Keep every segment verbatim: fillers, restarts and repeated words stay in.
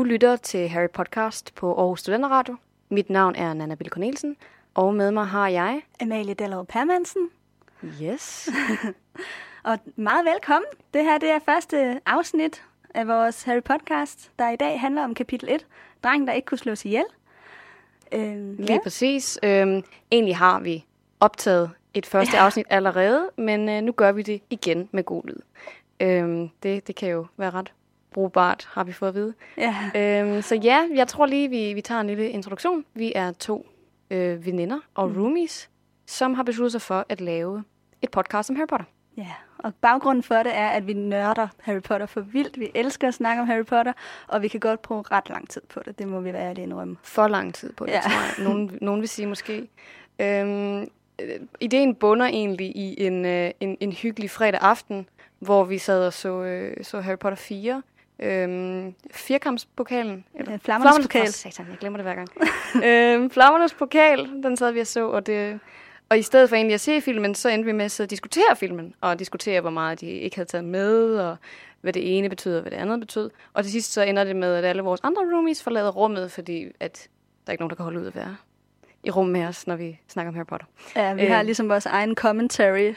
lytter til Harry Podcast på Aarhus Studenterradio. Mit navn er Nanna Bille Cornelsen, og med mig har jeg... Amalie Dellerup Permansen. Yes. Og meget velkommen. Det her det er første afsnit af vores Harry Podcast, der i dag handler om kapitel et. Drengen, der ikke kunne slås ihjel. Øhm, Lige ja. præcis. Øhm, egentlig har vi optaget et første ja. afsnit allerede, men øh, nu gør vi det igen med god lyd. Øhm, det, det kan jo være ret brugbart, har vi fået at vide. Ja. Øhm, så ja, jeg tror lige, vi, vi tager en lille introduktion. Vi er to øh, veninder og mm. roomies, som har besluttet sig for at lave et podcast om Harry Potter. Ja, og baggrunden for det er, at vi nørder Harry Potter for vildt. Vi elsker at snakke om Harry Potter, og vi kan godt bruge ret lang tid på det. Det må vi være ærlige indrømme. For lang tid på det, ja. tror jeg. Nogen, nogen vil sige måske. Øhm, ideen bunder egentlig i en, øh, en, en hyggelig fredag aften, hvor vi sad og så, øh, så Harry Potter fire. Øhm, firkampspokalen. Eller øh, Flammernes pokal. Oh, satan, jeg glemmer det hver gang. øhm, Flammernes pokal, den sad vi og så, og det... Og i stedet for egentlig at se filmen, så endte vi med at sidde og diskutere filmen, og diskutere, hvor meget de ikke havde taget med, og hvad det ene betød, og hvad det andet betød. Og til sidst så ender det med, at alle vores andre roomies forlader rummet, fordi at der er ikke nogen, der kan holde ud at være i rum med os, når vi snakker om Harry Potter. Ja, vi øh, har ligesom vores egen commentary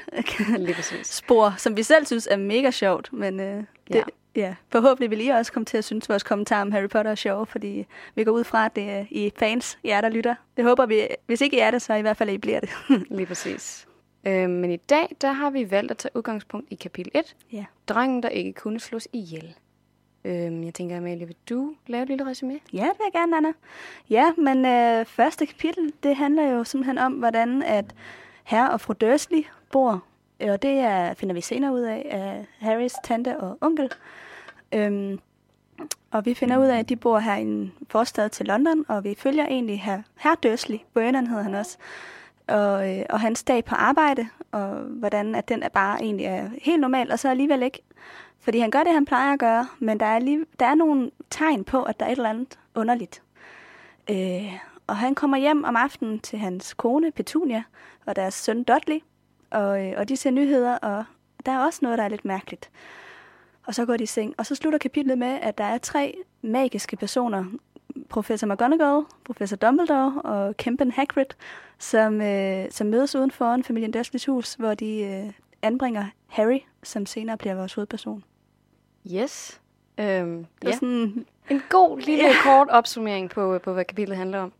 spor, som vi selv synes er mega sjovt, men øh, det, ja. Ja, forhåbentlig vil I også komme til at synes, at vores kommentarer om Harry Potter er sjove, fordi vi går ud fra, at det er I fans, jer der lytter. Det håber vi. Hvis ikke I er det, så i hvert fald, at I bliver det. Lige præcis. Øh, men i dag, der har vi valgt at tage udgangspunkt i kapitel et. Ja. Drengen, der ikke kunne slås ihjel. Øh, jeg tænker, Amalie, vil du lave et lille resumé? Ja, det vil jeg gerne, Anna. Ja, men øh, første kapitel, det handler jo simpelthen om, hvordan at herre og fru Dursley bor. Og det er, finder vi senere ud af, af Harrys tante og onkel. Øhm, og vi finder ud af, at de bor her i en forstad til London, og vi følger egentlig her, herr Dursley, Vernon hedder han også, og, øh, og hans dag på arbejde, og hvordan at den er bare egentlig er helt normal, og så alligevel ikke. Fordi han gør det, han plejer at gøre, men der er, lige, der er nogle tegn på, at der er et eller andet underligt. Øh, og han kommer hjem om aftenen til hans kone, Petunia, og deres søn Dudley, og, øh, og de ser nyheder, og der er også noget, der er lidt mærkeligt. Og så går de i seng. Og så slutter kapitlet med, at der er tre magiske personer. Professor McGonagall, Professor Dumbledore og Kempen Hagrid, som, øh, som mødes uden foran familien Dursleys hus, hvor de øh, anbringer Harry, som senere bliver vores hovedperson. Yes. Øhm, det ja. Sådan en god lille yeah. kort opsummering på, på, hvad kapitlet handler om.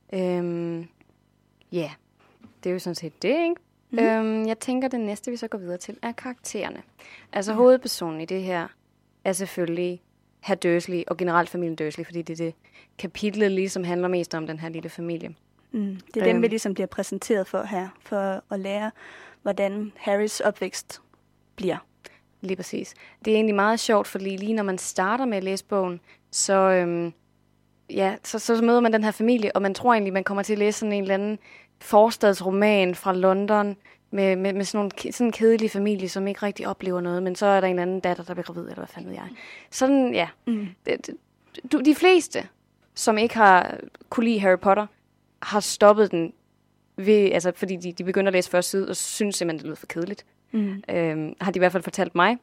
Øhm, ja, yeah. det er jo sådan set det, ikke? Mm. Øhm, jeg tænker, det næste, vi så går videre til, er karaktererne. Altså mm. hovedpersonen i det her er selvfølgelig herr Dursley og generelt familien Dursley, fordi det er det kapitlet ligesom handler mest om den her lille familie. Mm. Det er øhm. dem, vi ligesom bliver præsenteret for her, for at lære, hvordan Harrys opvækst bliver. Lige præcis. Det er egentlig meget sjovt, fordi lige når man starter med at læse bogen, så, øhm, ja, så, så møder man den her familie, og man tror egentlig, man kommer til at læse sådan en eller anden forstadsroman fra London med, med, med sådan, nogle, sådan en kedelig familie, som ikke rigtig oplever noget, men så er der en eller anden datter, der bliver gravid, eller hvad fanden ved jeg. Sådan, ja. Mm. De, de fleste, som ikke har kunne lide Harry Potter, har stoppet den, ved, altså, fordi de, de begynder at læse første side, og synes simpelthen, det lyder for kedeligt. Mm. Øhm, har de i hvert fald fortalt mig.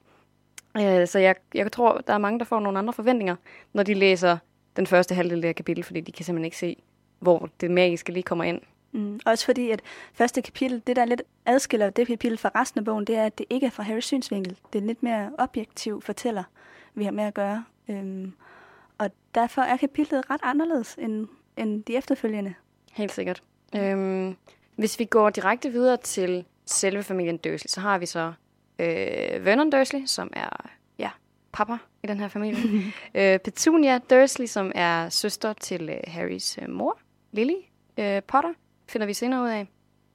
Øh, så jeg, jeg tror, der er mange, der får nogle andre forventninger, når de læser den første halvdel af kapitel, fordi de kan simpelthen ikke se, hvor det magiske lige kommer ind. Mm. Også fordi, at første kapitel, det der lidt adskiller det kapitel fra resten af bogen, det er, at det ikke er fra Harrys synsvinkel. Det er en lidt mere objektiv fortæller, vi har med at gøre. Øhm, og derfor er kapitlet ret anderledes end, end de efterfølgende. Helt sikkert. Øhm, hvis vi går direkte videre til selve familien Dursley, så har vi så øh, Vernon Dursley, som er ja, pappa i den her familie. øh, Petunia Dursley, som er søster til øh, Harrys øh, mor, Lily øh, Potter, finder vi senere ud af.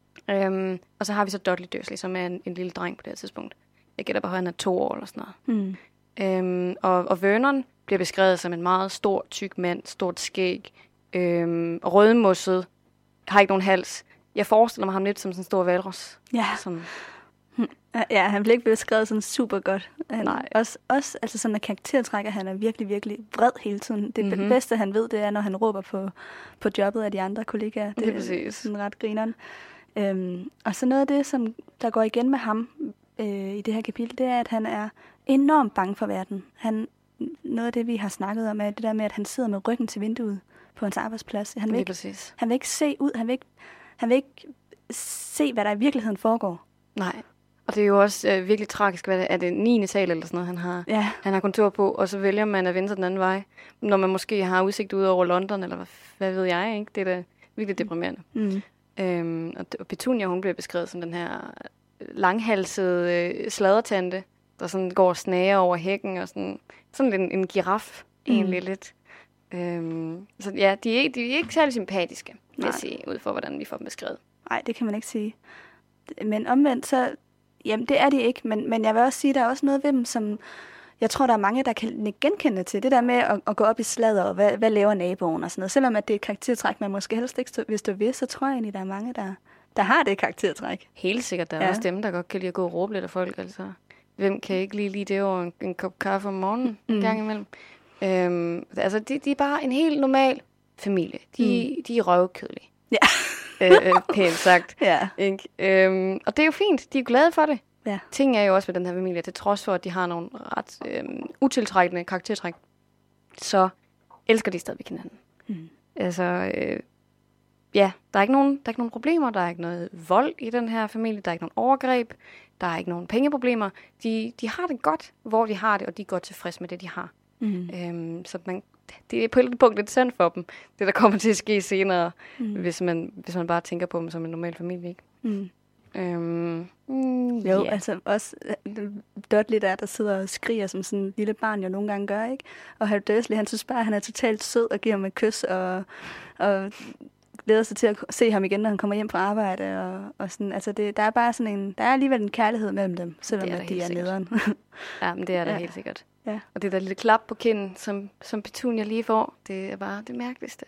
Øhm, og så har vi så Dudley Dursley, som er en, en lille dreng på det her tidspunkt. Jeg gætter på, at han er to år eller sådan noget. Mm. Øhm, og, og Vernon bliver beskrevet som en meget stor, tyk mand, stort skæg, øhm, rødmosset, har ikke nogen hals. Jeg forestiller mig ham lidt som sådan en stor hvalros. Ja. Sådan. Ja, han bliver ikke beskrevet sådan super godt. Han, Nej. Også, også altså sådan en karaktertrækker, han er virkelig, virkelig vred hele tiden. Det mm-hmm. bedste, han ved, det er, når han råber på, på jobbet af de andre kollegaer. Det, det er præcis. Sådan ret grineren. Øhm, og så noget af det, som der går igen med ham øh, i det her kapitel, det er, at han er enormt bange for verden. Han noget af det, vi har snakket om, er det der med, at han sidder med ryggen til vinduet på hans arbejdsplads. Han vil, ikke, han vil ikke se ud, han vil ikke, han vil ikke se, hvad der i virkeligheden foregår. Nej, og det er jo også øh, virkelig tragisk, hvad det er, det niende sal eller sådan noget, han har, ja. han har kontor på, og så vælger man at vende sig den anden vej, når man måske har udsigt ud over London, eller hvad, hvad ved jeg, ikke? Det er da virkelig deprimerende. Mm. Øhm, og Petunia, hun bliver beskrevet som den her langhalsede øh, sladdertante, der sådan går og snager over hækken, og sådan, sådan en, en giraf, mm. egentlig lidt. Øhm, så ja, de er, de er ikke særlig sympatiske, vil jeg sige, ud for, hvordan vi får dem beskrevet. Nej, det kan man ikke sige. Men omvendt, så... Jamen, det er de ikke, men, men jeg vil også sige, at der er også noget ved dem, som jeg tror, der er mange, der kan genkende til. Det der med at, at gå op i sladder, og hvad, hvad laver naboen og sådan noget. Selvom at det er et karaktertræk, man måske helst ikke, hvis du vil, så tror jeg egentlig, der er mange, der, der har det karaktertræk. Helt sikkert. Der er ja. også dem, der godt kan lide at gå og råbe lidt af folk. Altså, hvem kan ikke lige lide det over en, en kop kaffe om morgenen mm. en gang imellem? Øhm, altså, de, de er bare en helt normal familie. De, mm. de er røvkedelige. Ja. øh, pænt sagt. Ja. Ikke? Øhm, og det er jo fint. De er glade for det. Ja. Ting er jo også ved den her familie, til trods for, at de har nogle ret øhm, utiltrækkende karaktertræk, så elsker de stadigvæk hinanden. Mm. Altså, øh, ja, der er, ikke nogen, der er ikke nogen problemer, der er ikke noget vold i den her familie, der er ikke nogen overgreb, der er ikke nogen pengeproblemer. De, de har det godt, hvor de har det, og de er godt tilfredse med det, de har. Mm. Øhm, så man, det er på et punkt lidt synd for dem, det der kommer til at ske senere, mm. hvis, man, hvis man bare tænker på dem som en normal familie, ikke? Mm. Øhm, mm, jo, yeah. altså også Dudley der, der sidder og skriger som sådan en lille barn, jo nogle gange gør, ikke? Og Harry Dursley, han synes bare, han er totalt sød og giver ham et kys, og, og glæder sig til at se ham igen, når han kommer hjem fra arbejde, og, og sådan, altså det, der er bare sådan en, der er alligevel en kærlighed mellem dem, selvom at de er nederen. Ja, men det er der ja. helt sikkert. Ja. Og det der lille klap på kinden, som, som Petunia lige får, det er bare det mærkeligste.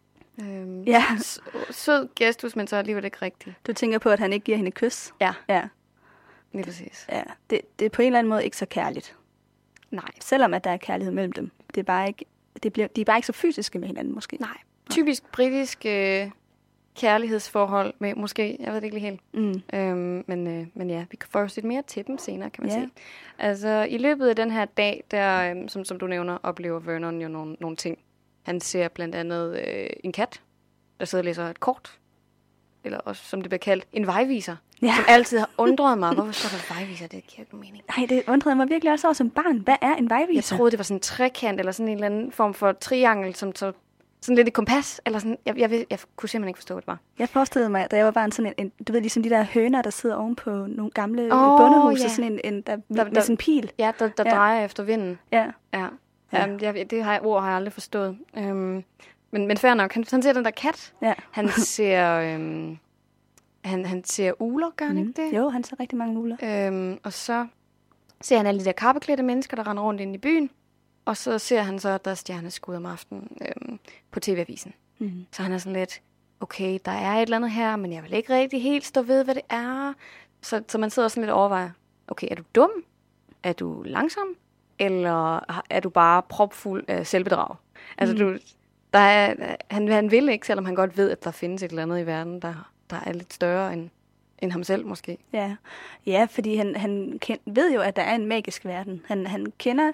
Øhm, ja. Sød gestus, men så alligevel ikke rigtigt. Du tænker på, at han ikke giver hende et kys? Ja. Ja. Lige præcis. Ja, det, det er på en eller anden måde ikke så kærligt. Nej. Selvom at der er kærlighed mellem dem. Det er bare ikke, det bliver, de er bare ikke så fysiske med hinanden, måske. Nej. Typisk britisk øh, kærlighedsforhold med, måske, jeg ved det ikke lige helt. Mm. Øhm, men, øh, men ja, vi kan få lidt mere til dem senere, kan man ja. sige. Altså, i løbet af den her dag, der, øh, som, som du nævner, oplever Vernon jo nogle, nogle ting. Han ser blandt andet øh, en kat, der sidder og læser et kort. Eller også, som det bliver kaldt, en vejviser. Ja. Som altid har undret mig. Hvorfor står der vejviser? Det giver ikke nogen mening. Nej, det undrede mig virkelig også over som barn. Hvad er en vejviser? Jeg troede, det var sådan en trekant, eller sådan en eller anden form for triangel, som så sådan lidt et kompas, eller sådan. Jeg, jeg, jeg, jeg kunne simpelthen ikke forstå, hvad det var. Jeg forestillede mig, da jeg var barn, sådan en, en du ved, ligesom de der høner, der sidder oven på nogle gamle oh, bondehuse, ja. sådan en, en der, der, med der, sådan en pil. Ja, der, der ja. drejer efter vinden. Ja. Ja. Ja. Um, jeg, det har jeg, ord har jeg aldrig forstået. Um, men, men fair nok, han, han ser den der kat. Ja. Han ser... Um, Han, han ser ugler, gør han mm. ikke det? Jo, han ser rigtig mange ugler. Øhm, og så ser han alle de der kappeklædte mennesker, der render rundt inde i byen. Og så ser han så, at der er stjerneskud om aftenen øhm, på T V-avisen. Mm. Så han er sådan lidt, okay, der er et eller andet her, men jeg vil ikke rigtig helt stå ved, hvad det er. Så, så man sidder sådan lidt og overvejer, okay, er du dum? Er du langsom? Eller er du bare propfuld af selvbedrag? Altså, mm. du, der er, han, han vil ikke, selvom han godt ved, at der findes et eller andet i verden, der... der er lidt større end, end ham selv, måske. Ja, ja fordi han, han kend, ved jo, at der er en magisk verden. Han, han kender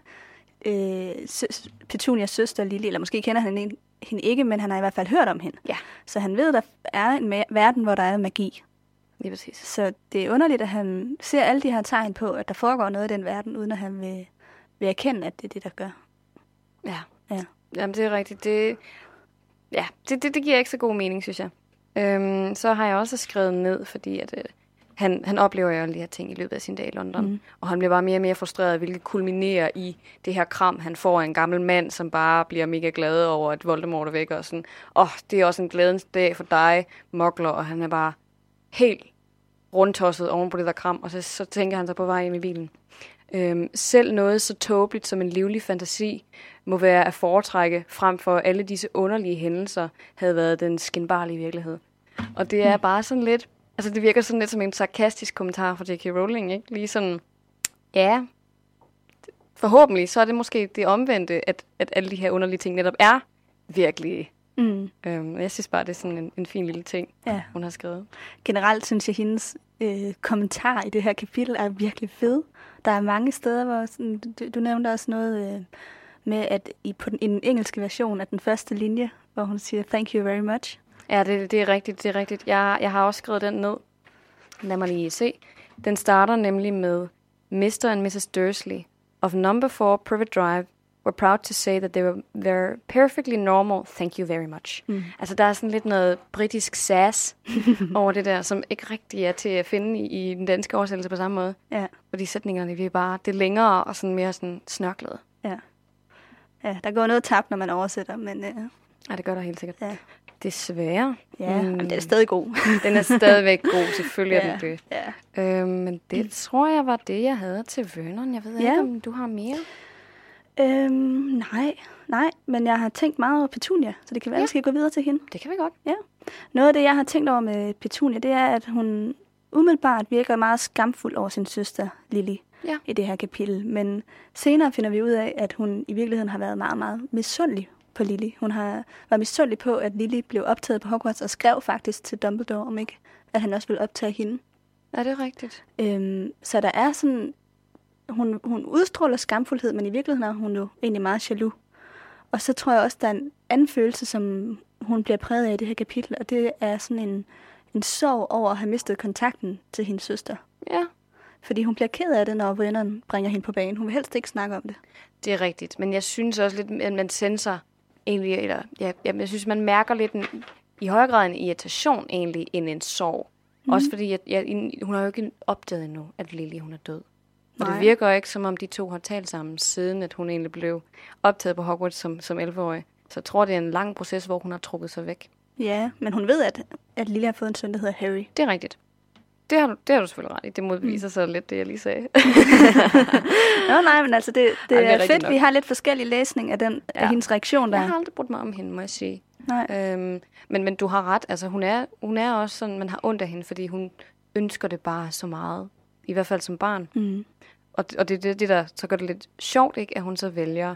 øh, søs, Petunias søster Lily, eller måske kender han hende, hende ikke, men han har i hvert fald hørt om hende. Ja. Så han ved, at der er en ma- verden, hvor der er magi. Lige præcis. Så det er underligt, at han ser alle de her tegn på, at der foregår noget i den verden, uden at han vil, vil erkende, at det er det, der gør. Ja. Ja. Jamen, det er rigtigt. Det, ja, det, det, det giver ikke så god mening, synes jeg. Øhm, så har jeg også skrevet ned, fordi at, øh, han, han oplever jo alle de her ting i løbet af sin dag i London. Mm. Og han bliver bare mere og mere frustreret, hvilket kulminerer i det her kram, han får af en gammel mand, som bare bliver mega glad over, at Voldemort er væk. Og sådan, åh, oh, det er også en glædens dag for dig, Mugler. Og han er bare helt rundtosset oven på det der kram. Og så, så tænker han sig på vej hjem i bilen. Øhm, selv noget så tåbeligt som en livlig fantasi må være at foretrække frem for alle disse underlige hændelser havde været den skinbarlige virkelighed. Og det er bare sådan lidt, altså det virker sådan lidt som en sarkastisk kommentar fra J K Rowling, ikke? Lige sådan, ja, forhåbentlig så er det måske det omvendte, at, at alle de her underlige ting netop er virkelige. Mm. Øhm, jeg synes bare, det er sådan en, en fin lille ting, ja. Hun har skrevet. Generelt synes jeg, hendes øh, kommentar i det her kapitel er virkelig fed. Der er mange steder, hvor sådan, du, du nævnte også noget, øh, med, at i, på den, i den engelske version af den første linje, hvor hun siger, thank you very much. Ja, det, det er rigtigt, det er rigtigt. Jeg, jeg har også skrevet den ned. Lad mig lige se. Den starter nemlig med mister and missus Dursley of number four Privet Drive were proud to say that they were, were perfectly normal, thank you very much. Mm. Altså, der er sådan lidt noget britisk sass over det der, som ikke rigtig er til at finde i, i den danske oversættelse på samme måde. Ja. Fordi sætningerne, vi er bare, det er længere og sådan mere sådan snørklet. Ja. Ja, der går noget tabt, når man oversætter, men... Uh... Ja, det gør der helt sikkert. Ja. Desværre. Ja, mm. den er stadig god. Den er stadigvæk god, selvfølgelig ja. er den det. Ja. Øhm, men det mm. tror jeg var det, jeg havde til Vernon. Jeg ved ja. ikke, om du har mere? Øhm, nej, nej, men jeg har tænkt meget over Petunia, så det kan være, ja. at vi skal gå videre til hende. Det kan vi godt. Ja. Noget af det, jeg har tænkt over med Petunia, det er, at hun umiddelbart virker meget skamfuld over sin søster, Lily, ja. i det her kapitel. Men senere finder vi ud af, at hun i virkeligheden har været meget, meget misundelig på Lily. Hun har været misundelig på, at Lily blev optaget på Hogwarts og skrev faktisk til Dumbledore, om ikke, at han også ville optage hende. Er det rigtigt? Øhm, så der er sådan... Hun, hun udstråler skamfuldhed, men i virkeligheden er hun jo egentlig meget jaloux. Og så tror jeg også, der er en anden følelse, som hun bliver præget af i det her kapitel, og det er sådan en, en sorg over at have mistet kontakten til hendes søster. Ja. Fordi hun bliver ked af det, når vennerne bringer hende på banen. Hun vil helst ikke snakke om det. Det er rigtigt, men jeg synes også lidt, at man senser egentlig, eller ja, jeg synes, man mærker lidt en, i højere grad en irritation egentlig, end en sorg. Mm. Også fordi, jeg, jeg, hun har jo ikke opdaget endnu, at Lily hun er død. Og det virker ikke, som om de to har talt sammen, siden at hun egentlig blev optaget på Hogwarts som, som elleve-årig. Så jeg tror, det er en lang proces, hvor hun har trukket sig væk. Ja, men hun ved, at, at Lily har fået en søn, der hedder Harry. Det er rigtigt. Det har du, det har du selvfølgelig ret i. Det modbeviser mm. sig lidt, det jeg lige sagde. Nå nej, men altså, det, det, Ej, det er, er fedt. Nok. Vi har lidt forskellig læsning af, den, ja. af hendes reaktion der. Jeg har aldrig brugt mig om hende, må jeg sige. Nej. Øhm, men, men du har ret. Altså, hun er, hun er også sådan, man har ondt af hende, fordi hun ønsker det bare så meget. I hvert fald som barn. Mm. Og, og det er det, det, der så gør det lidt sjovt, ikke, at hun så vælger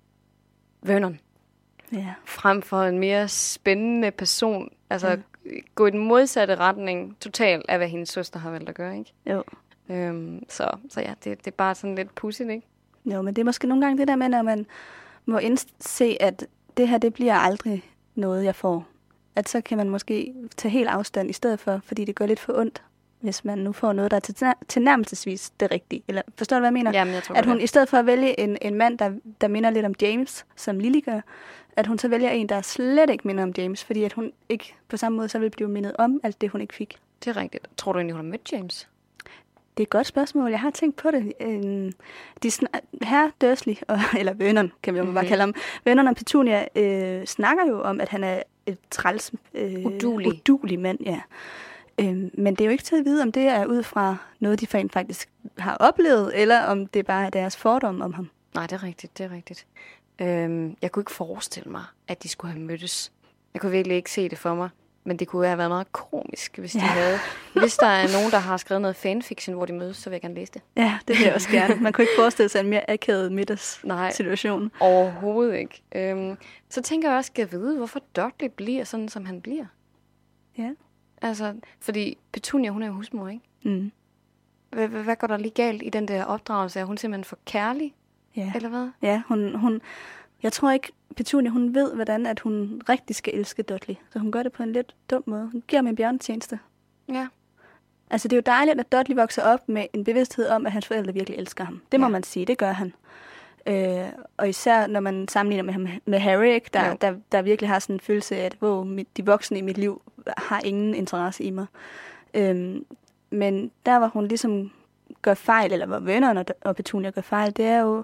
Vernon. Ja. Frem for en mere spændende person. Altså ja. gå i den modsatte retning totalt af, hvad hendes søster har valgt at gøre, ikke? Jo. Øhm, så, så ja, det, det er bare sådan lidt pudsigt, ikke? Jo, men det er måske nogle gange det der med, når man må indse, at det her, det bliver aldrig noget, jeg får. At så kan man måske tage helt afstand i stedet for, fordi det gør lidt for ondt, hvis man nu får noget, der er til, tilnærmelsesvis det rigtige. Eller forstår du, hvad jeg mener? Jamen, jeg tror, at hun det. i stedet for at vælge en, en mand, der, der minder lidt om James, som Lily gør, at hun så vælger en, der slet ikke minder om James, fordi at hun ikke på samme måde så vil blive mindet om alt det, hun ikke fik. Det er rigtigt. Tror du egentlig, hun har mødt James? Det er et godt spørgsmål. Jeg har tænkt på det. De sn- Herr Dursley, og, eller Vernon, kan vi jo mm-hmm. bare kalde ham, Vernon og Petunia øh, snakker jo om, at han er et træls, øh, udulig. udulig mand, ja. Øhm, men det er jo ikke til at vide, om det er ud fra noget, de faktisk har oplevet, eller om det bare er deres fordom om ham. Nej, det er rigtigt, det er rigtigt. Øhm, jeg kunne ikke forestille mig, at de skulle have mødtes. Jeg kunne virkelig ikke se det for mig, men det kunne have været meget komisk, hvis de ja. havde. Hvis der er nogen, der har skrevet noget fanfiction, hvor de mødes, så vil jeg gerne læse det. Ja, det vil jeg også gerne. Man kunne ikke forestille sig en mere akavet middagssituation. Nej, overhovedet ikke. Øhm, så tænker jeg også, skal jeg vide, hvorfor Dudley bliver sådan, som han bliver. Ja. Altså, fordi Petunia, hun er jo husmor, ikke? Mm. Hvad, hvad går der lige galt i den der opdragelse? Er hun simpelthen for kærlig? Ja. Eller hvad? Ja, hun, hun, jeg tror ikke, Petunia, hun ved, hvordan at hun rigtig skal elske Dudley. Så hun gør det på en lidt dum måde. Hun giver ham en bjørnetjeneste. Ja. Altså, det er jo dejligt, at Dudley vokser op med en bevidsthed om, at hans forældre virkelig elsker ham. Det må ja. man sige, det gør han. Øh, og især når man sammenligner med ham med Harry, ikke, der, der, der virkelig har sådan en følelse af, at wow, mit, de voksne i mit liv har ingen interesse i mig. Øh, men der, hvor hun ligesom gør fejl, eller hvor vennerne og Petunia gør fejl, det er jo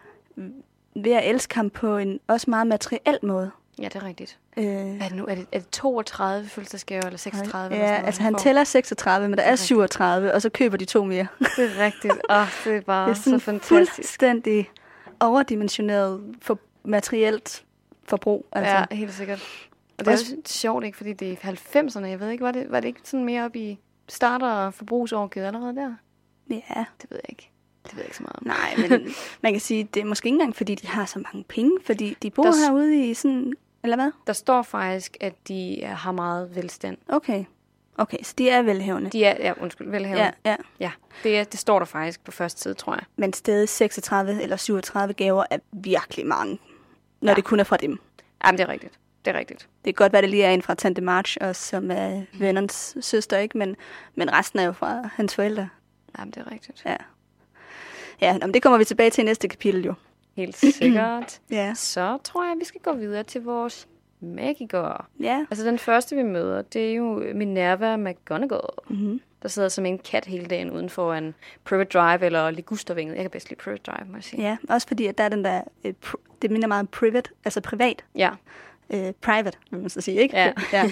ved at elske ham på en også meget materiel måde. Ja, det er rigtigt. Øh, er, det nu, er, det, er det toogtredive fødselsdagsgaver, eller seksogtredive? Ja, eller sådan altså han får? tæller seksogtredive, men der er, er syvogtredive, og så køber de to mere. Det er rigtigt. Åh, oh, det er bare det er sådan så fantastisk. Fuldstændig overdimensioneret for materielt forbrug. Altså. Ja, helt sikkert. Og det er også sjovt, ikke? Fordi det er halvfemserne. Jeg ved ikke, var det, var det ikke sådan mere op i starter- og forbrugsårgivet allerede der? Ja. Det ved jeg ikke. Det ved jeg ikke så meget om. Nej, men man kan sige, det er måske ikke engang, fordi de har så mange penge, fordi de bor der, herude i sådan, eller hvad? Der står faktisk, at de har meget velstand. Okay. Okay, så de er velhavende. De er, ja, undskyld, velhavende. Ja, ja. Ja, det, er, det står der faktisk på første side, tror jeg. Men stadig seksogtredive eller syvogtredive gaver er virkelig mange, når ja. det kun er fra dem. Jamen, det er rigtigt. Det er rigtigt. Det kan godt være, det lige er en fra Tante March, også, som er vennernes søster, ikke? Men, men resten er jo fra hans forældre. Jamen, det er rigtigt. Ja, ja men det kommer vi tilbage til i næste kapitel, jo. Helt sikkert. Ja. Så tror jeg, at vi skal gå videre til vores magikere. Ja. Altså, den første, vi møder, det er jo Minerva McGonagall, Mm-hmm. der sidder som en kat hele dagen uden for en Private Drive eller Ligustervinget. Jeg kan bedst lide Private Drive, må jeg sige. Ja, også fordi, at der er den der, øh, pr- det minder meget om private, altså privat. Ja. Øh, private, vil man så sige, ikke? Ja. ja.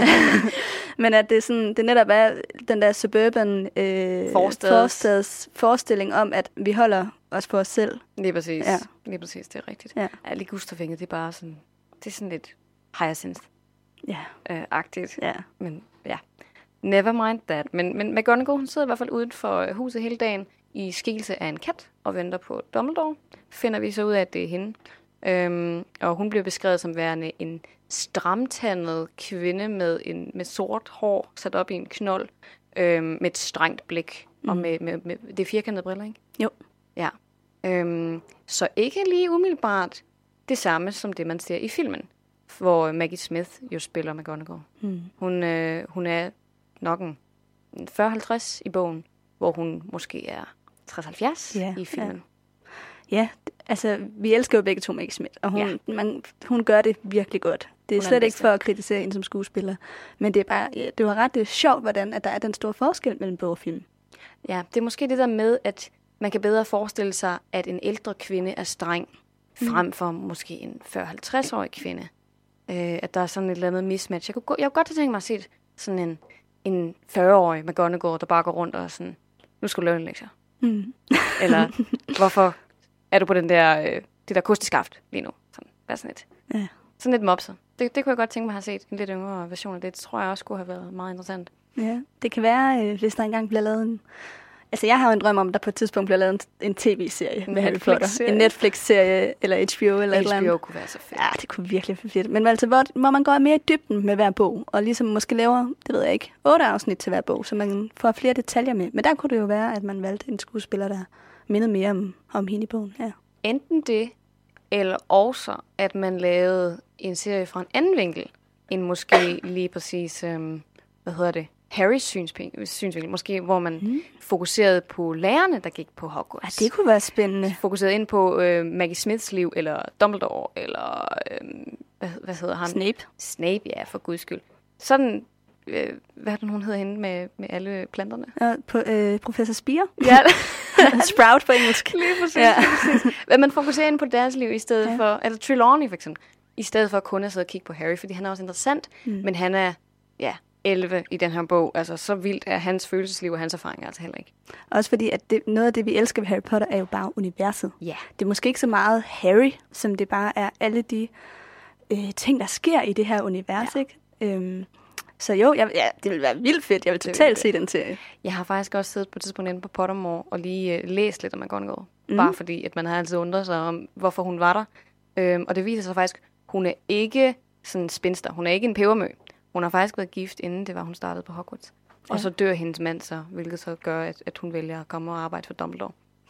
Men at det, er sådan, det netop er den der suburban øh, Forstads. forstads forestilling om, at vi holder os for os selv. Lige præcis. Ja. Lige præcis, det er rigtigt. Ja. Ja, Ligustervinget, det er bare sådan, det er sådan lidt Hyacinth-agtigt. Ja. Ja. Men ja, never mind that. Men, men McGonagall, hun sidder i hvert fald uden for huset hele dagen i skikkelse af en kat og venter på Dumbledore. Finder vi så ud af, at det er hende. Øhm, og hun bliver beskrevet som værende en stramtandet kvinde med, en, med sort hår sat op i en knold, øhm, med et strengt blik. Mm. Og med, med, med, det er firkantede briller, ikke? Jo. Ja. Øhm, så ikke lige umiddelbart det samme som det, man ser i filmen, hvor Maggie Smith jo spiller McGonagall. Mm. Hun, øh, hun er nok en fyrre halvtreds i bogen, hvor hun måske er tres halvfjerds Ja, i filmen. Ja, altså, vi elsker jo begge to Maggie Smith, og hun, Ja. man, hun gør det virkelig godt. Det er Hun er slet den ikke bedste. for at kritisere hende som skuespiller, men det er bare, ja, det var ret det er sjovt, hvordan at der er den store forskel mellem bog og film. Ja, det er måske det der med, at man kan bedre forestille sig, at en ældre kvinde er streng, Mm. frem for måske en fyrre halvtreds-årig kvinde. Øh, at der er sådan et eller andet mismatch. Jeg kunne, gå, jeg kunne godt have tænkt mig at se sådan en, en fyrre-årig McGonagall, der bare går rundt og sådan, nu skal du lave en lektier. Mm. Eller, hvorfor er du på den der, øh, det der kosteskaft lige nu? Sådan, hvad sådan et. Ja. Sådan lidt mopset. Det, det kunne jeg godt tænke mig at have set en lidt yngre version af det. Det tror jeg også kunne have været meget interessant. Ja, det kan være, øh, hvis der engang bliver lavet en... Altså, jeg har jo en drøm om, at der på et tidspunkt bliver lavet en, en tv-serie En med Harry Potter. Netflix-serie. En Netflix-serie, eller H B O, eller et eller H B O andet. kunne være så fedt. Ja, det kunne virkelig være fedt. Men altså, hvor, hvor man går mere i dybden med hver bog, og ligesom måske laver, det ved jeg ikke, otte afsnit til hver bog, så man får flere detaljer med. Men der kunne det jo være, at man valgte en skuespiller, der mindede mere om, om hende i bogen. Ja. Enten det, eller også, at man lavede en serie fra en anden vinkel, end måske lige præcis, øhm, hvad hedder det, Harrys synsping- synsvinkel. Måske, hvor man mm. fokuserede på lærerne, der gik på Hogwarts. Ja, det kunne være spændende. Fokuserede ind på øh, Maggie Smiths liv, eller Dumbledore, eller øh, hvad, hvad hedder han? Snape. Snape, ja, for guds skyld. Sådan, øh, hvad er det, hun hedder hende med, med alle planterne? Ja, på, øh, Professor Spire. Ja, Sprout på engelsk. lige præcis. Ja. Lige præcis. Men man fokuserer ind på deres liv i stedet Ja. for, eller Trelawney for eksempel, i stedet for kun at sidde og kigge på Harry, fordi han er også interessant, mm. men han er, ja, elleve i den her bog. Altså, så vildt er hans følelsesliv og hans erfaringer altså heller ikke. Også fordi, at det, noget af det, vi elsker ved Harry Potter, er jo bare universet. Ja. Det er måske ikke så meget Harry, som det bare er alle de øh, ting, der sker i det her univers, Ja. ikke? Øhm, så jo, jeg, ja, det vil være vildt fedt. Jeg vil totalt se den serie. Jeg har faktisk også siddet på et tidspunkt inde på Pottermore og lige øh, læst lidt om McGonagall. Mm. Mm. Bare fordi, at man har altid undret sig om, hvorfor hun var der. Øhm, og det viser sig faktisk, hun er ikke sådan en spinster. Hun er ikke en pebermø. Hun har faktisk været gift, inden det var, hun startede på Hogwarts. Ja. Og så dør hendes mand så, hvilket så gør, at, at hun vælger at komme og arbejde for Dumbledore.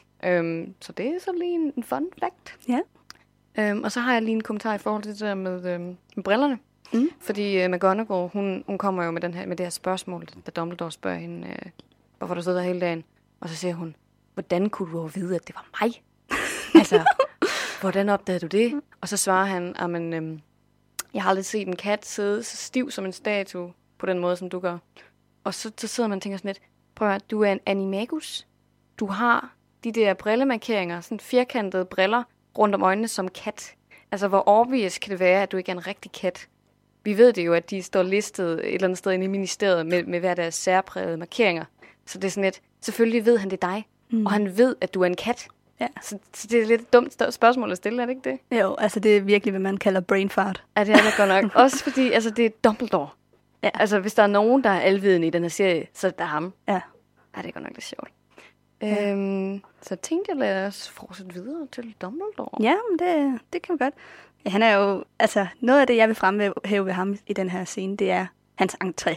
Øhm, så det er så lige en, en fun fact. Ja. Øhm, og så har jeg lige en kommentar i forhold til det der med, øhm, med brillerne. Mm. Fordi uh, McGonagall, hun, hun kommer jo med, den her, med det her spørgsmål, da Dumbledore spørger hende, øh, hvorfor du sidder der hele dagen. Og så siger hun, hvordan kunne du vide, at det var mig? Altså, hvordan opdagede du det? Og så svarer han, amen, øhm, jeg har aldrig set en kat sidde så stiv som en statue på den måde, som du gør. Og så, så sidder man og tænker sådan lidt, prøv at høre, du er en animagus. Du har de der brillemarkeringer, sådan firkantede briller rundt om øjnene som kat. Altså, hvor obvious kan det være, at du ikke er en rigtig kat? Vi ved det jo, at de står listet et eller andet sted inde i ministeriet med, med hver deres særprægede markeringer. Så det er sådan lidt, selvfølgelig ved han, det er dig. Mm. Og han ved, at du er en kat. Ja. Så, så det er lidt et dumt spørgsmål at stille, er det ikke det? Jo, altså det er virkelig, hvad man kalder brain fart. Ja, det er det godt nok. Også fordi, altså det er Dumbledore. Ja. Altså, hvis der er nogen, der er alvidende i den her serie, så er det ham. Ja. Ja, det er godt nok lidt sjovt. Ja. Øhm, så tænkte jeg, lad os fortsætte videre til Dumbledore. Ja, men det, det kan vi godt. Ja, han er jo, altså noget af det, jeg vil fremhæve ved ham i den her scene, det er hans entré.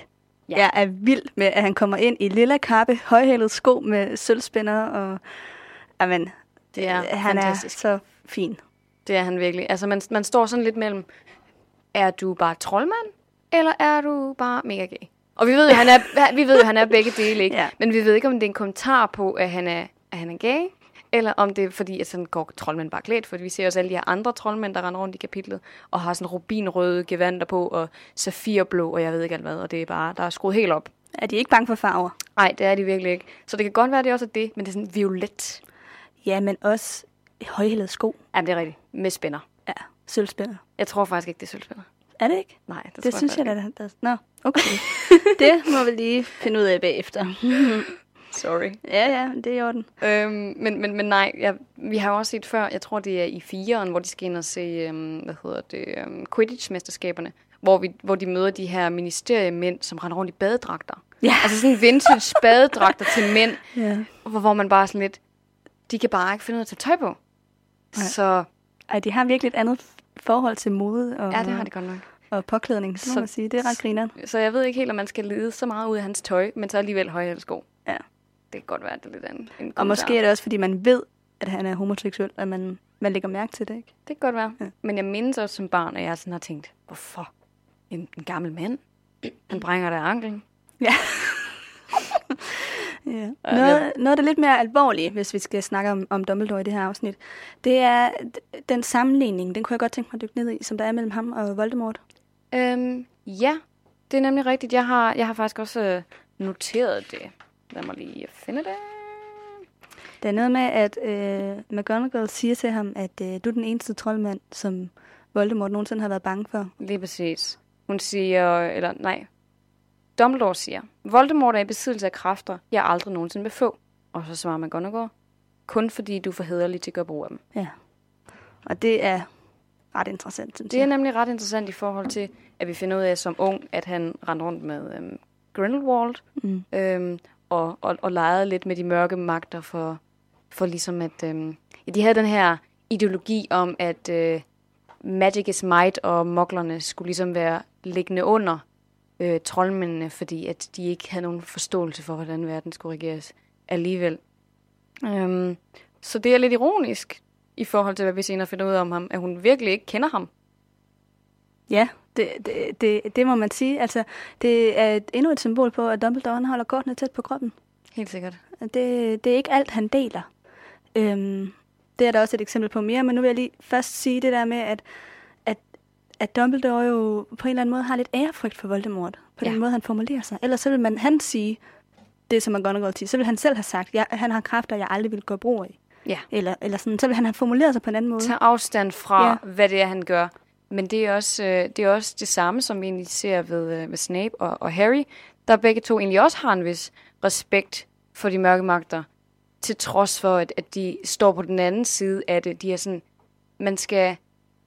Ja. Jeg er vild med, at han kommer ind i lilla kappe, højhælet sko med sølvspænder, og amen, det er han fantastisk. Er så fin. Det er han virkelig. Altså, man, man står sådan lidt mellem, er du bare troldmand, eller er du bare mega gay? Og vi ved jo, han er, vi ved jo, han er begge dele, ikke? Ja. Men vi ved ikke, om det er en kommentar på, at han er, at han er gay, eller om det er fordi, at sådan går troldmænd bare klædt, fordi vi ser også alle de her andre troldmænd, der render rundt i kapitlet, og har sådan rubinrøde gevanter på, og safirblå, og jeg ved ikke alt hvad, og det er bare, der er skruet helt op. Er de ikke bange for farver? Nej, det er de virkelig ikke. Så det kan godt være, det også er det, men det er sådan violet. Ja, men også højhælede sko. Jamen, det er rigtigt. Med spænder. Ja, sølvspænder. Jeg tror faktisk ikke, det er sølvspænder. Er det ikke? Nej, det, det tror synes jeg, jeg, jeg da. Nå, okay. Det må vi lige finde ud af bagefter. Sorry. Ja, ja, det er i orden. Øhm, men, men, men nej, jeg, vi har jo også set før, jeg tror det er i fireren, hvor de skal ind og se, um, hvad hedder det, um, Quidditch-mesterskaberne, hvor, vi, hvor de møder de her ministeriemænd, som render rundt i badedragter. Ja. Altså sådan vintage badedragter til mænd, ja. hvor, hvor man bare sådan lidt, de kan bare ikke finde ud af at tage tøj på. Nej. Så... Ej, de har virkelig et andet forhold til mode og, ja, det har de godt nok. Og påklædning, så må man sige. Det er ret grineren. Så jeg ved ikke helt, om man skal lede så meget ud af hans tøj, men så alligevel højhælte sko. Ja. Det kan godt være, at det er lidt andet. En og måske er det også, fordi man ved, at han er homoseksuel, at man, man lægger mærke til det, ikke? Det kan godt være. Ja. Men jeg mindes også som barn, at jeg sådan har tænkt, hvorfor en, en gammel mand? Han brænger der anklen. Ja. ja. Noget, noget, der er lidt mere alvorligt, hvis vi skal snakke om, om Dumbledore i det her afsnit, det er den sammenligning, den kunne jeg godt tænke mig at dykke ned i, som der er mellem ham og Voldemort. Øhm, ja, det er nemlig rigtigt. Jeg har, jeg har faktisk også øh, noteret det. Lad mig lige finde det. Det er noget med, at øh, McGonagall siger til ham, at øh, du er den eneste troldmand, som Voldemort nogensinde har været bange for. Lige præcis. Hun siger, eller nej, Dumbledore siger, Voldemort er i besiddelse af kræfter, jeg aldrig nogensinde vil få. Og så svarer McGonagall, kun fordi du er for hæderlig til at gøre brug af dem. Ja, og det er ret interessant, synes Det er nemlig ret interessant i forhold til, at vi finder ud af som ung, at han rendte rundt med øhm, Grindelwald, mm. øhm, og, og, og legede lidt med de mørke magter for, for ligesom at... Øhm, ja, de havde den her ideologi om, at øh, magic is might, og moglerne skulle ligesom være liggende under øh, troldmændene, fordi at de ikke havde nogen forståelse for, hvordan verden skulle regeres alligevel. Øhm, så det er lidt ironisk i forhold til, hvad vi senere finder ud af om ham, at hun virkelig ikke kender ham. Ja, det, det, det, det må man sige. Altså, det er et, endnu et symbol på, at Dumbledore holder kortene tæt på kroppen. Helt sikkert. Det, det er ikke alt, han deler. Øhm, det er der også et eksempel på mere, men nu vil jeg lige først sige det der med, at, at, at Dumbledore jo på en eller anden måde har lidt ærefrygt for Voldemort, på ja. den måde, han formulerer sig. Ellers så vil man, han sige det, som McGonagall siger, så vil han selv have sagt, at han har kræfter, jeg aldrig vil gå brug af. Ja. Eller, eller sådan, så vil han have formuleret sig på en anden måde. Tag afstand fra, ja. hvad det er, han gør. Men det er også, øh, det er også det samme, som vi egentlig ser ved, øh, ved Snape og, og Harry, der begge to egentlig også har en vis respekt for de mørke magter, til trods for, at, at de står på den anden side af det. De er sådan, man skal,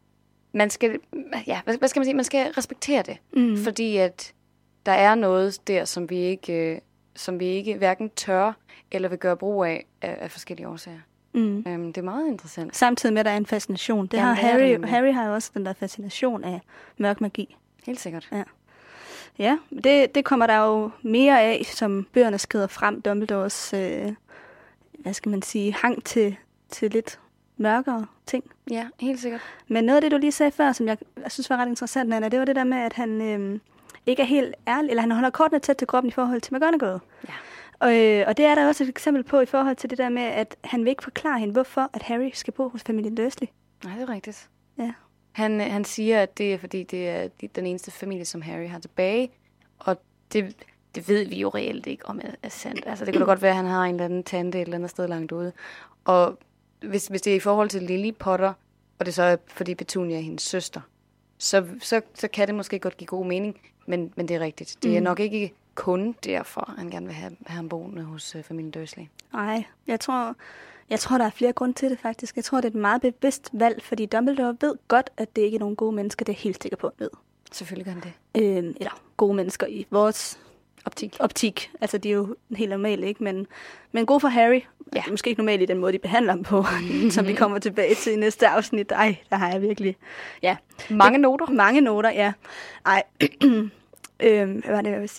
man skal, ja, hvad, hvad skal man sige, man skal respektere det, mm. fordi at der er noget der, som vi ikke, øh, som vi ikke hverken tør eller vil gøre brug af af, af forskellige årsager. Mm. Øhm, det er meget interessant. Samtidig med, at der er en fascination. Det Jamen, har det Harry, det Harry har jo også den der fascination af mørk magi. Helt sikkert. Ja, ja det, det kommer der jo mere af, som bøgerne skrider frem. Dumbledores, øh, hvad skal man sige, hang til, til lidt mørkere ting. Ja, helt sikkert. Men noget af det, du lige sagde før, som jeg, jeg synes var ret interessant, Nana, det var det der med, at han øh, ikke er helt ærlig, eller han holder kortene tæt til kroppen i forhold til McGonagall. Ja. Og, øh, og det er der også et eksempel på i forhold til det der med, at han vil ikke forklare hende, hvorfor at Harry skal bo hos familien Dursley. Nej, det er rigtigt. Ja. Han, han siger, at det er, fordi det er den eneste familie, som Harry har tilbage. Og det, det ved vi jo reelt ikke, om det er sandt. Altså, det kan da godt være, at han har en eller anden tante et eller andet sted langt ude. Og hvis, hvis det er i forhold til Lily Potter, og det så er, fordi Petunia er hendes søster, så, så, så kan det måske godt give god mening. Men, men det er rigtigt. Det er mm. nok ikke kun derfor, han gerne vil have, have ham boende hos uh, familien Dursley. Nej, jeg tror, jeg tror, der er flere grunde til det faktisk. Jeg tror, det er et meget bevidst valg, fordi Dumbledore ved godt, at det ikke er nogen gode mennesker, det er helt sikker på, ved. Selvfølgelig gør han det. Øh, eller gode mennesker i vores optik. optik. Altså, de er jo helt normale, ikke? Men, men god for Harry. Ja. Måske ikke normalt i den måde, de behandler ham på, som vi kommer tilbage til i næste afsnit. Ej, der har jeg virkelig... Ja. Mange noter. Mange noter, ja. Ej, øh, hvad var det, jeg vil sige?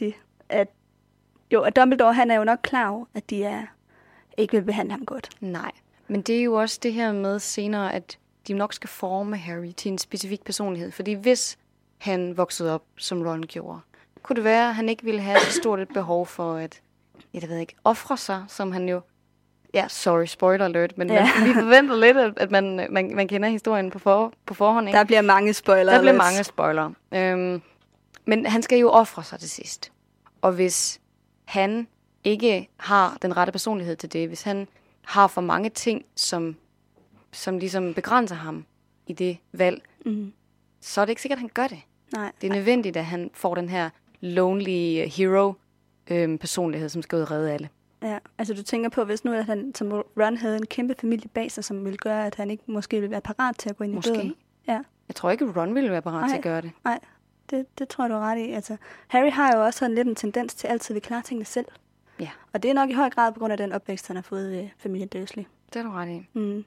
at, jo, at Dumbledore, han er jo nok klar over, at de er, ikke vil behandle ham godt. Nej, men det er jo også det her med senere, at de nok skal forme Harry til en specifik personlighed. Fordi hvis han voksede op, som Ron gjorde, kunne det være, at han ikke ville have så stort et behov for at, jeg ved ikke, ofre sig, som han jo... Ja, sorry, spoiler alert, men ja. man, vi forventer lidt, at, at man, man, man kender historien på, for, på forhånd. Ikke? Der bliver mange spoiler. Der bliver mange spoiler. Øhm, men han skal jo ofre sig til sidst. Og hvis han ikke har den rette personlighed til det, hvis han har for mange ting, som, som ligesom begrænser ham i det valg, mm. så er det ikke sikkert, at han gør det. Nej. Det er nødvendigt, at han får den her lonely hero øhm, personlighed, som skal ud og redde alle. Ja, altså du tænker på, hvis nu at han som Ron havde en kæmpe familie bag sig, som ville gøre, at han ikke måske ville være parat til at gå ind måske. i døden. Ja. Jeg tror ikke, Ron ville være parat nej, til at gøre det. Nej, det, det tror jeg, du er ret i. Altså, Harry har jo også sådan lidt en tendens til altid at klare tingene selv. Ja. Og det er nok i høj grad på grund af den opvækst, han har fået ved familien Dursley. Det er du ret i. Mm.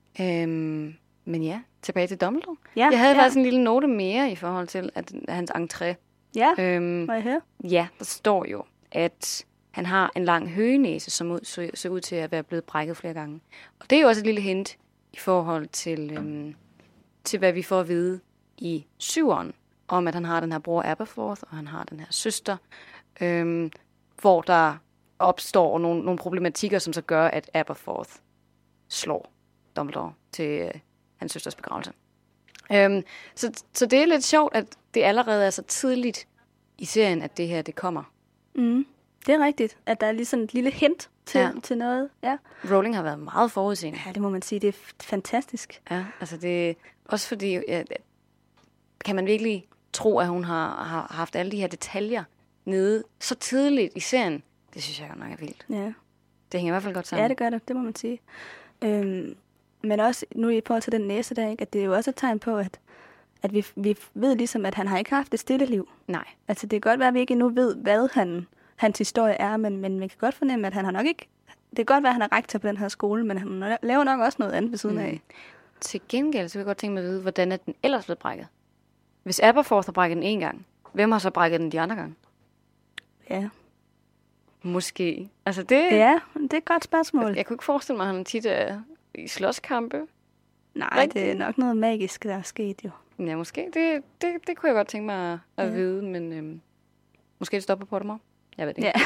Øhm, men ja, tilbage til Dumbledore. Ja, jeg havde ja. faktisk en lille note mere i forhold til at, hans entré. Ja, øhm, må jeg høre? Ja, der står jo, at han har en lang høgenæse, som ud, så, ser ud til at være blevet brækket flere gange. Og det er jo også et lille hint i forhold til, øhm, til hvad vi får at vide i syveren, om at han har den her bror Aberforth, og han har den her søster, øhm, hvor der opstår nogle, nogle problematikker, som så gør, at Aberforth slår Dumbledore til øh, hans søsters begravelse. Øhm, så, så det er lidt sjovt, at det allerede er så tidligt i serien, at det her det kommer. Mm. Det er rigtigt, at der er lige sådan et lille hint til, ja. til noget. Ja. Rowling har været meget forudseende. Ja, det må man sige. Det er f- fantastisk. Ja, altså det også fordi, ja, kan man virkelig tro, at hun har, har haft alle de her detaljer nede så tidligt i serien? Det synes jeg jo nok er vildt. Ja. Det hænger i hvert fald godt sammen. Ja, det gør det. Det må man sige. Øhm, men også nu i forhold til den næse der, ikke, at det er jo også et tegn på, at, at vi, vi ved ligesom, at han har ikke haft et stille liv. Nej. Altså det kan godt være, at vi ikke endnu ved, hvad han, hans historie er, men, men man kan godt fornemme, at han har nok ikke... Det kan godt være, at han er rektor på den her skole, men han laver nok også noget andet ved siden mm. af. Til gengæld, så vil jeg godt tænke mig at vide, hvordan er den ellers blevet brækket? Hvis Aberforth har brækket den en gang, hvem har så brækket den de andre gange? Ja. Måske. Altså det... Ja, det er et godt spørgsmål. Jeg, jeg kunne ikke forestille mig, at han tit er i slåskampe. Nej, Rigtig. Det er nok noget magisk, der er sket jo. Ja, måske. Det, det, det kunne jeg godt tænke mig at ja. vide, men øhm, måske det stopper på det mig. Jeg ved det ikke.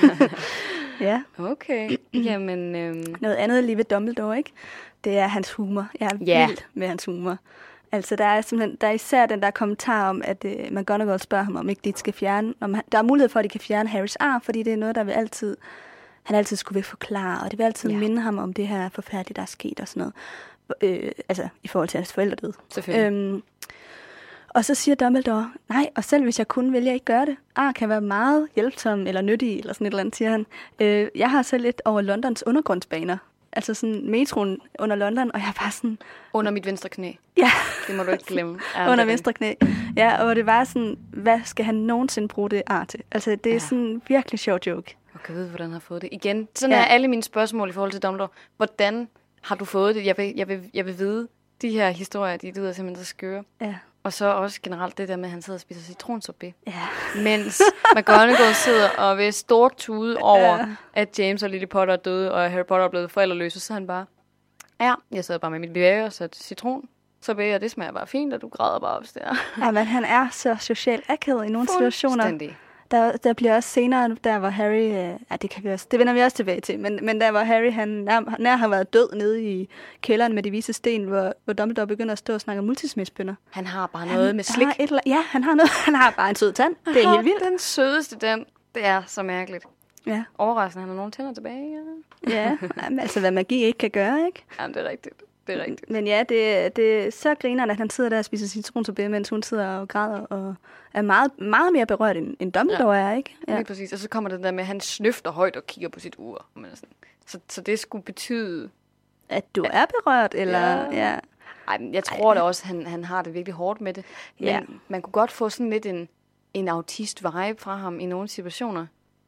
Ja. ja. Okay. Jamen... Øhm... Noget andet lige ved Dumbledore, ikke? Det er hans humor. Jeg er ja. vild med hans humor. Altså, der er simpelthen, der er især den der kommentar om, at uh, McGonagall spørger ham, om ikke de skal fjerne, om han, der er mulighed for, at de kan fjerne Harrys arm, fordi det er noget, der vil altid, han altid skulle vil forklare, og det vil altid ja. minde ham om det her forfærdelige, der er sket og sådan noget. Øh, altså, i forhold til hans forældre død. Selvfølgelig. Øhm, og så siger Dumbledore, nej, og selv hvis jeg kunne, vil jeg ikke gøre det. Ar kan være meget hjælpsom eller nyttig, eller sådan et eller andet, siger han. Øh, jeg har selv lidt over Londons undergrundsbaner. Altså sådan metroen under London, og jeg var sådan... Under mit venstre knæ. Ja. Det må du ikke glemme. Ja, under venstre knæ. Ja, og det var sådan, hvad skal han nogensinde bruge det ar til? Altså, det er ja. sådan en virkelig sjov joke. Og kan vide, hvordan han har fået det. Igen, sådan ja. er alle mine spørgsmål i forhold til Dumbledore. Hvordan har du fået det? Jeg vil, jeg vil, jeg vil vide, de her historier, de lyder simpelthen så skøre. Ja. Og så også generelt det der med, at han sidder og spiser citronsorbet. Ja. Mens McGonagall sidder og vil stort tude over, ja. at James og Lily Potter er døde, og Harry Potter er blevet forældreløse. Så han bare, ja, jeg sidder bare med mit bevæger og sat citronsorbet, og det smager bare fint, og du græder bare op der. Ja, men han er så socialt akavet i nogle situationer. Fuldstændig. Der, der bliver også senere, der hvor Harry, øh, ja, det kan vi også, det vender vi også tilbage til, men, men der hvor Harry, han nær, nær har været død nede i kælderen med de vise sten, hvor, hvor Dumbledore begynder at stå og snakke om multismidsbønner. Han har bare noget han med slik. Har et, ja, han har noget, han har bare en sød tand. Det er helt vildt. Den sødeste den, det er så mærkeligt. Ja. Overraskende, han har nogle tænder tilbage. Ja, ja jamen, altså hvad magi ikke kan gøre, ikke? Jamen, det er rigtigt. Det er rigtigt. Men ja, det, det er så grineren, at han sidder der og spiser citronsorbet, mens hun sidder og græder og er meget, meget mere berørt, end, end Dumbledore ja. er, ikke? Ja, lige præcis. Og så kommer det der med, at han snøfter højt og kigger på sit ur. Men sådan. Så, så det skulle betyde... At du ja. er berørt, eller... Ja. ja. Ej, jeg tror da også, at han, han har det virkelig hårdt med det. Men ja. man kunne godt få sådan lidt en, en autist-vibe fra ham i nogle situationer.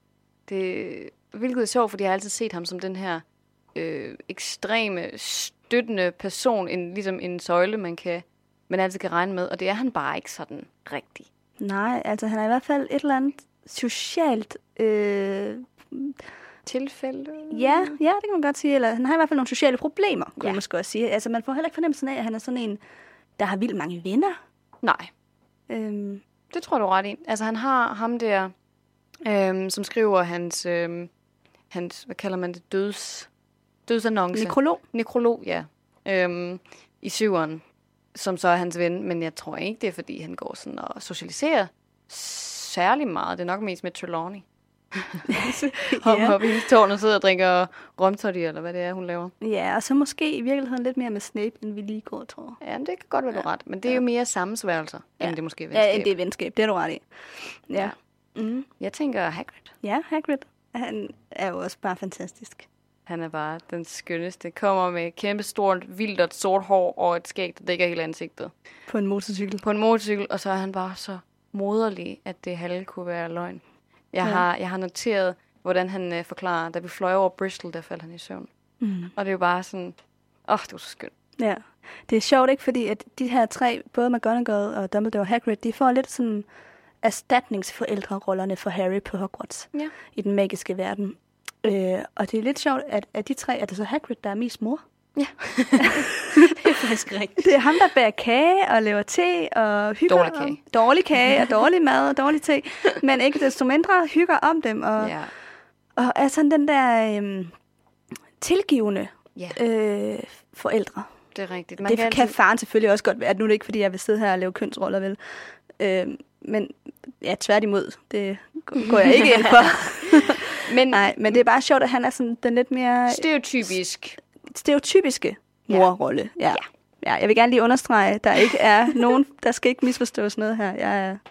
Det, hvilket er sjovt, fordi jeg har altid set ham som den her øh, ekstreme, støttende person, en, ligesom en søjle, man, kan, man altid kan regne med. Og det er han bare ikke sådan rigtig. Nej, altså han er i hvert fald et eller andet socialt... Øh, tilfælde? Ja, ja, det kan man godt sige. Eller han har i hvert fald nogle sociale problemer, kunne Ja. man måske også sige. Altså, man får heller ikke fornemmelsen af, at han er sådan en, der har vildt mange venner. Nej, Øhm, det tror du ret i. Altså, han har ham der, øhm, som skriver hans, øhm, hans, hvad kalder man det, døds, dødsannonce. nekrolog. Nekrolog, ja. Øhm, I syveren, som så er hans ven. Men jeg tror ikke, det er, fordi han går sådan og socialiserer særlig meget. Det er nok mest med Trelawney. Hoppe Ja. op i hendes tårn og sidder og drikker romtoddy, eller hvad det er, hun laver. Ja, og så måske i virkeligheden lidt mere med Snape, end vi lige går, tror jeg. Ja, men det kan godt være, du Ja. ret. Men det er Ja. jo mere sammensværgelser, Ja. end det måske er venskab. Ja, end det er venskab. Det er du ret i. Ja. Ja. Mm. Jeg tænker Hagrid. Ja, Hagrid. Han er jo også bare fantastisk. Han er bare den skønneste. Kommer med kæmpe stort, vildt og sort hår og et skæg, der dækker hele ansigtet. På en motorcykel. På en motorcykel, og så er han bare så moderlig, at det halve kunne være løgn. Jeg, Ja. har, jeg har noteret, hvordan han øh, forklarer, da vi fløj over Bristol, der faldt han i søvn. Mm. Og det er jo bare sådan, åh, oh, det var så skønt. Ja. Det er sjovt, ikke? Fordi at de her tre, både McGonagall og Dumbledore og Hagrid, de får lidt sådan erstatningsforældrerollerne for Harry på Hogwarts. Ja. I den magiske verden. Øh, og det er lidt sjovt, at af de tre er det så Hagrid, der er mest mor. Ja, det er faktisk rigtigt. Det er ham, der bærer kage og laver te og hygger Dårlig kage. om dårlig kage og dårlig mad og dårlig te. Men ikke desto mindre hygger om dem. Og, Ja. og er sådan den der øhm, tilgivende Ja, øh, forældre. det er rigtigt. Man Det kan kan altid... faren selvfølgelig også godt være. Nu er det ikke, fordi jeg vil sidde her og lave kønsroller, vel? Øh, men ja, tværtimod. Det går jeg ikke ind for. Men Nej, men det er bare sjovt, at han er sådan den lidt mere stereotypisk. stereotypiske morrolle. Ja. Ja. Ja, jeg vil gerne lige understrege, at der ikke er nogen, der skal ikke misforstås noget her. Jeg er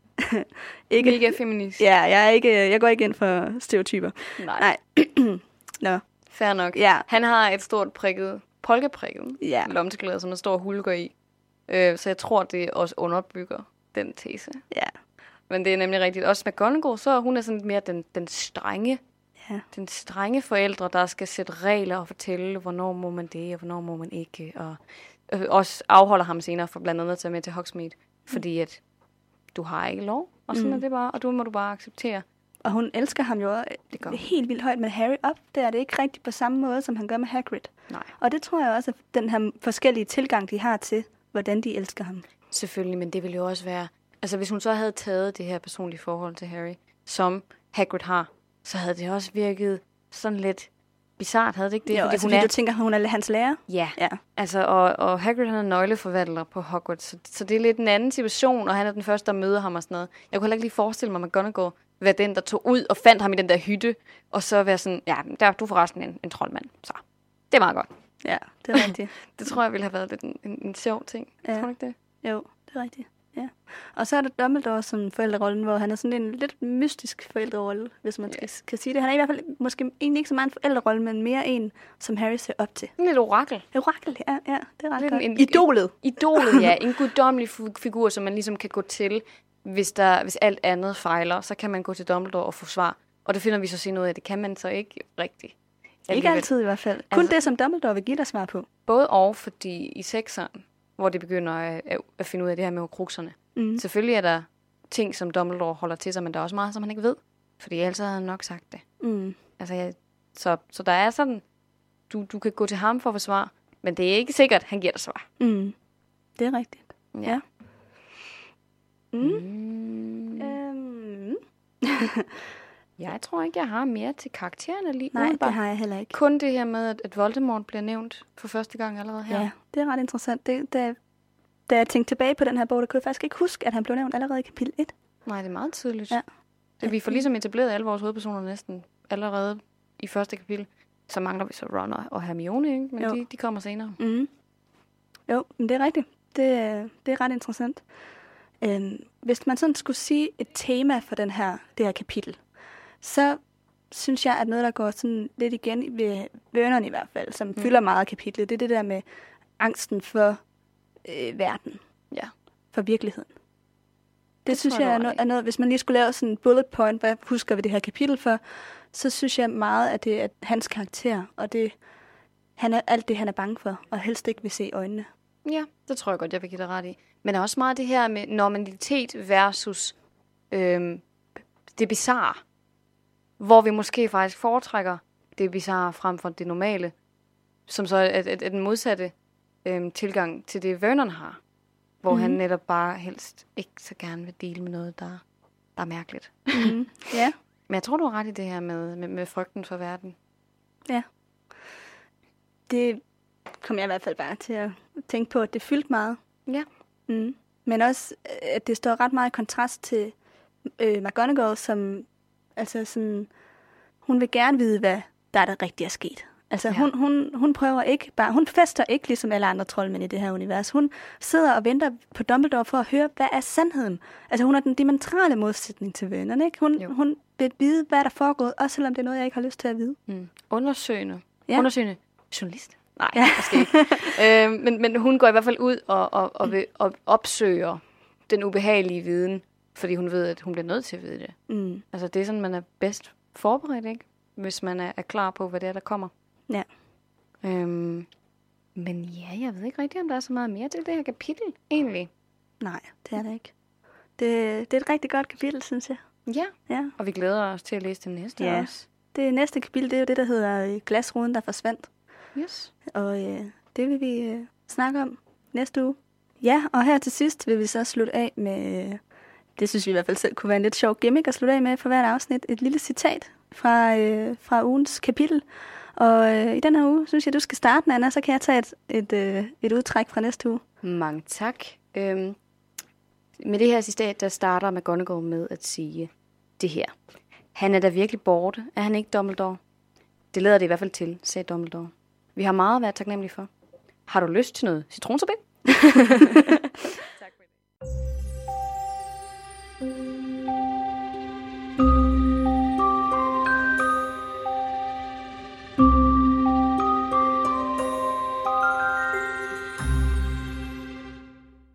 ikke... Mega feminist. Ja, jeg, er ikke, jeg går ikke ind for stereotyper. Nej. Nej. Nå, Fair nok. ja. Han har et stort prikket, polkeprikket Ja. lomteklæde, som der står hulker i. Øh, så jeg tror, det også underbygger den tese. Ja. Men det er nemlig rigtigt. Også McGonagall, så hun er sådan lidt mere den, den strenge, Ja. den strenge forældre, der skal sætte regler og fortælle, hvornår må man det, og hvornår må man ikke. Og øh, også afholder ham senere for blandt andet at tage med til Hogsmeade, fordi at du har ikke lov, og sådan Mm. er det bare, og du må du bare acceptere. Og hun elsker ham jo Det gør. helt vildt højt, men Harry op, der er det ikke rigtigt på samme måde, som han gør med Hagrid. Nej. Og det tror jeg også, at den her forskellige tilgang, de har til, hvordan de elsker ham. Selvfølgelig, men det ville jo også være... Altså, hvis hun så havde taget det her personlige forhold til Harry, som Hagrid har, så havde det også virket sådan lidt bizart, havde det ikke det? Jo, Fordi altså, hun fordi er... du tænker, hun er hans lærer? Ja, Ja. altså, og, og Hagrid han er nøgleforvandler på Hogwarts, så, så det er lidt en anden situation, og han er den første, der møder ham og sådan noget. Jeg kunne heller ikke lige forestille mig, at McGonagall være den, der tog ud og fandt ham i den der hytte, og så være sådan, ja, der er du forresten en, en troldmand, så det er meget godt. Ja, det er rigtigt. Det tror jeg ville have været lidt en, en, en sjov ting. Ja. Tror du ikke det? Jo, det er rigtigt. Ja. Og så er der Dumbledore som forældrerollen, hvor han er sådan en lidt mystisk forældrerolle, hvis man skal, kan sige det. Han er i hvert fald måske egentlig ikke så meget en forældrerolle, men mere en, som Harry ser op til. En lidt orakel. Orakel, ja, ja, det er ret Lidt godt. en- Idolet. Idolet, ja. En guddommelig fu- figur, som man ligesom kan gå til, hvis, der, hvis alt andet fejler. Så kan man gå til Dumbledore og få svar. Og det finder vi så senere ud af, det kan man så ikke rigtigt. Ikke Alligevel. altid i hvert fald. Kun Altså- det, som Dumbledore vil give dig svar på. Både og, fordi i sekseren, hvor de begynder at, at, at finde ud af det her med horcruxerne. Mm. Selvfølgelig er der ting, som Dumbledore holder til sig, men der er også meget, som han ikke ved. Fordi ellers havde han nok sagt det. Mm. Altså, jeg, så, så der er sådan, du, du kan gå til ham for at få svar, men det er ikke sikkert, han giver dig svar. Mm. Det er rigtigt. Ja. Mm. Mm. Øhm. Jeg tror ikke, jeg har mere til karaktererne lige Nej, umiddelbart. det har jeg heller ikke. Kun det her med, at, at Voldemort bliver nævnt for første gang allerede her. Ja, det er ret interessant. Det, da, da jeg tænkte tilbage på den her bog, der kunne jeg faktisk ikke huske, at han blev nævnt allerede i kapitel et. Nej, det er meget tydeligt. Ja. Så vi får ligesom etableret alle vores hovedpersoner næsten allerede i første kapitel. Så mangler vi så Ron og- og Hermione, ikke? Men de, de kommer senere. Mm. Jo, men det er rigtigt. Det, er- det er ret interessant. Øhm, hvis man sådan skulle sige et tema for den her, det her kapitel, så synes jeg, at noget, der går sådan lidt igen ved Vernon i hvert fald, som mm. fylder meget af kapitlet, det er det der med angsten for øh, verden. Ja. For virkeligheden. Det, Det synes tror jeg jeg, er, du har no- er noget, hvis man lige skulle lave sådan en bullet point, hvad husker vi det her kapitel for, så synes jeg meget, at det er hans karakter, og det, han er alt det, han er bange for, og helst ikke vil se i øjnene. Ja, det tror jeg godt, jeg vil give dig ret i. Men der er også meget det her med normalitet versus øhm, det bizarre. Hvor vi måske faktisk foretrækker det bizarre frem for det normale. Som så er, er, er den modsatte øhm, tilgang til det, Vernon har. Hvor mm-hmm. han netop bare helst ikke så gerne vil dele med noget, der, der er mærkeligt. Mm-hmm. Ja. Men jeg tror, du har ret i det her med, med, med frygten for verden. Ja. Det kom jeg i hvert fald bare til at tænke på, at det fyldte meget. Ja. Mm. Men også, at det står ret meget i kontrast til øh, McGonagall, som altså sådan, hun vil gerne vide, hvad der er der rigtig er sket. Altså, ja. hun, hun, hun prøver ikke bare, hun fester ikke ligesom alle andre troldmænd i det her univers. Hun sidder og venter på Dumbledore for at høre, hvad er sandheden? Altså, hun er den diametrale modsætning til Vernon, ikke? Hun, hun vil vide, hvad der er foregået, også selvom det er noget, jeg ikke har lyst til at vide. Mm. Undersøgende. Ja. Undersøgende journalist. Nej, ja. Måske ikke. øh, men, men hun går i hvert fald ud og, og, og, vil, og opsøger den ubehagelige viden, fordi hun ved, at hun bliver nødt til at vide det. Mm. Altså, det er sådan, man er bedst forberedt, ikke? Hvis man er, er klar på, hvad det er, der kommer. Ja. Øhm, men ja, jeg ved ikke rigtig, om der er så meget mere til det her kapitel, egentlig. Nej, det er det ikke. Det, det er et rigtig godt kapitel, synes jeg. Ja, ja. Og vi glæder os til at læse det næste ja. også. Det næste kapitel, det er jo det, der hedder Glasruden, der forsvandt. Yes. Og øh, det vil vi øh, snakke om næste uge. Ja, og her til sidst vil vi så slutte af med, øh, det synes vi i hvert fald selv kunne være en lidt sjov gimmick at slutte af med for hvert afsnit, et lille citat fra, øh, fra ugens kapitel. Og øh, i den her uge, synes jeg, du skal starte, Anna, så kan jeg tage et, et, øh, et udtræk fra næste uge. Mange tak. Øhm, med det her citat, der starter McGonagall med at sige det her. Han er da virkelig borte, er han ikke, Dumbledore? Det lader det i hvert fald til, sagde Dumbledore. Vi har meget at være taknemmelige for. Har du lyst til noget citronsorbet?